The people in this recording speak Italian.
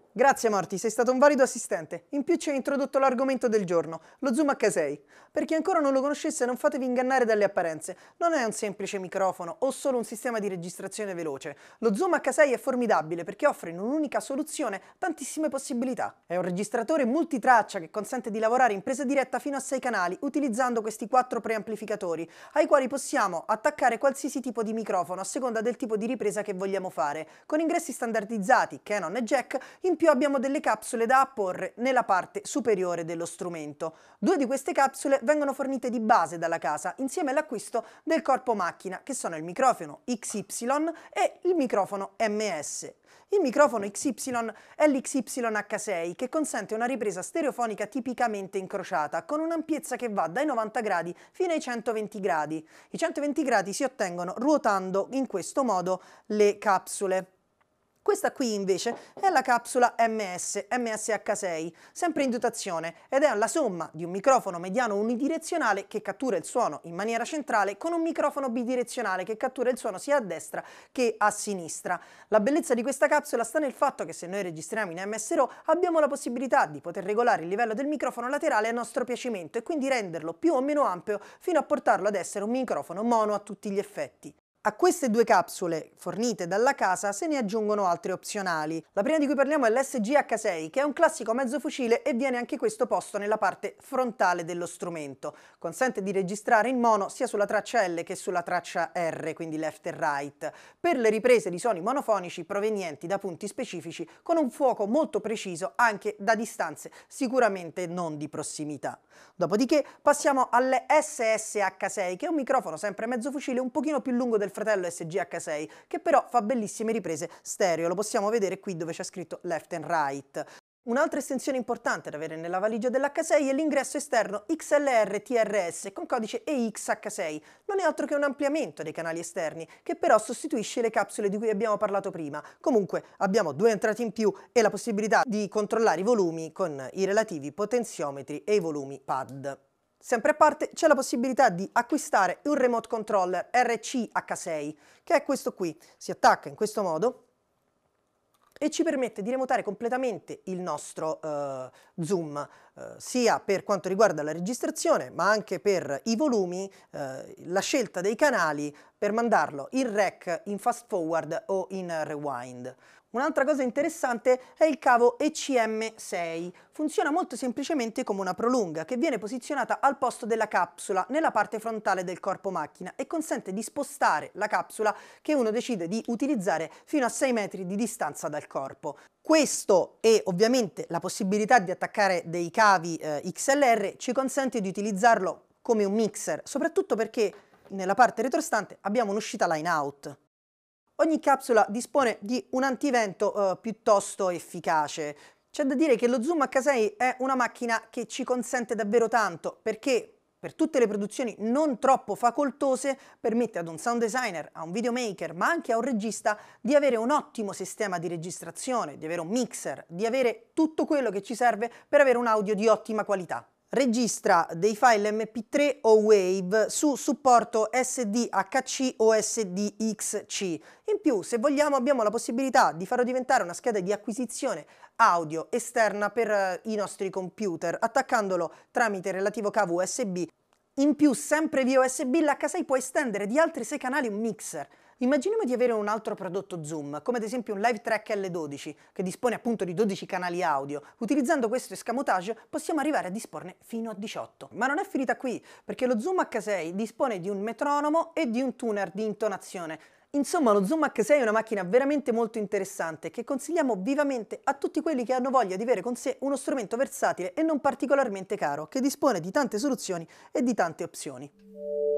Grazie Morty, sei stato un valido assistente. In più ci hai introdotto l'argomento del giorno, lo Zoom H6. Per chi ancora non lo conoscesse, non fatevi ingannare dalle apparenze. Non è un semplice microfono o solo un sistema di registrazione veloce. Lo Zoom H6 è formidabile perché offre in un'unica soluzione tantissime possibilità. È un registratore multitraccia che consente di lavorare in presa diretta fino a 6 canali utilizzando questi 4 preamplificatori, ai quali possiamo attaccare qualsiasi tipo di microfono a seconda del tipo di ripresa che vogliamo fare, con ingressi standardizzati, Canon e jack. In più abbiamo delle capsule da apporre nella parte superiore dello strumento. 2 di queste capsule vengono fornite di base dalla casa insieme all'acquisto del corpo macchina, che sono il microfono XY e il microfono MS. Il microfono XY è l'XY-H6 che consente una ripresa stereofonica tipicamente incrociata con un'ampiezza che va dai 90 gradi fino ai 120 gradi. I 120 gradi si ottengono ruotando in questo modo le capsule. Questa qui invece è la capsula MSH6, sempre in dotazione, ed è la somma di un microfono mediano unidirezionale che cattura il suono in maniera centrale con un microfono bidirezionale che cattura il suono sia a destra che a sinistra. La bellezza di questa capsula sta nel fatto che se noi registriamo in MS-RAW abbiamo la possibilità di poter regolare il livello del microfono laterale a nostro piacimento e quindi renderlo più o meno ampio fino a portarlo ad essere un microfono mono a tutti gli effetti. A queste 2 capsule fornite dalla casa se ne aggiungono altre opzionali. La prima di cui parliamo è l'SG-H6, che è un classico mezzo fucile e viene anche questo posto nella parte frontale dello strumento. Consente di registrare in mono sia sulla traccia L che sulla traccia R, quindi left e right, per le riprese di suoni monofonici provenienti da punti specifici con un fuoco molto preciso anche da distanze sicuramente non di prossimità. Dopodiché passiamo alle SSH6, che è un microfono sempre mezzo fucile un pochino più lungo del fratello SG-H6, che però fa bellissime riprese stereo, lo possiamo vedere qui dove c'è scritto left and right. Un'altra estensione importante da avere nella valigia dell'H6 è l'ingresso esterno XLR-TRS con codice EXH6. Non è altro che un ampliamento dei canali esterni, che però sostituisce le capsule di cui abbiamo parlato prima. Comunque abbiamo 2 entrate in più e la possibilità di controllare i volumi con i relativi potenziometri e i volumi pad. Sempre a parte c'è la possibilità di acquistare un remote controller RC-H6, che è questo qui. Si attacca in questo modo e ci permette di remotare completamente il nostro zoom, sia per quanto riguarda la registrazione, ma anche per i volumi, la scelta dei canali per mandarlo in rec, in fast forward o in rewind. Un'altra cosa interessante è il cavo ECM6. Funziona molto semplicemente come una prolunga che viene posizionata al posto della capsula nella parte frontale del corpo macchina e consente di spostare la capsula che uno decide di utilizzare fino a 6 metri di distanza dal corpo. Questo e ovviamente la possibilità di attaccare dei cavi XLR ci consente di utilizzarlo come un mixer, soprattutto perché nella parte retrostante abbiamo un'uscita line out. Ogni capsula dispone di un antivento piuttosto efficace. C'è da dire che lo Zoom H6 è una macchina che ci consente davvero tanto perché per tutte le produzioni non troppo facoltose permette ad un sound designer, a un videomaker, ma anche a un regista di avere un ottimo sistema di registrazione, di avere un mixer, di avere tutto quello che ci serve per avere un audio di ottima qualità. Registra dei file MP3 o WAV su supporto SDHC o SDXC. In più, se vogliamo, abbiamo la possibilità di farlo diventare una scheda di acquisizione audio esterna per i nostri computer, attaccandolo tramite il relativo cavo USB. In più, sempre via USB, l'H6 può estendere di altri 6 canali un mixer. Immaginiamo di avere un altro prodotto Zoom, come ad esempio un LiveTrack L12, che dispone appunto di 12 canali audio. Utilizzando questo escamotage possiamo arrivare a disporne fino a 18. Ma non è finita qui, perché lo Zoom H6 dispone di un metronomo e di un tuner di intonazione. Insomma, lo Zoom H6 è una macchina veramente molto interessante che consigliamo vivamente a tutti quelli che hanno voglia di avere con sé uno strumento versatile e non particolarmente caro, che dispone di tante soluzioni e di tante opzioni.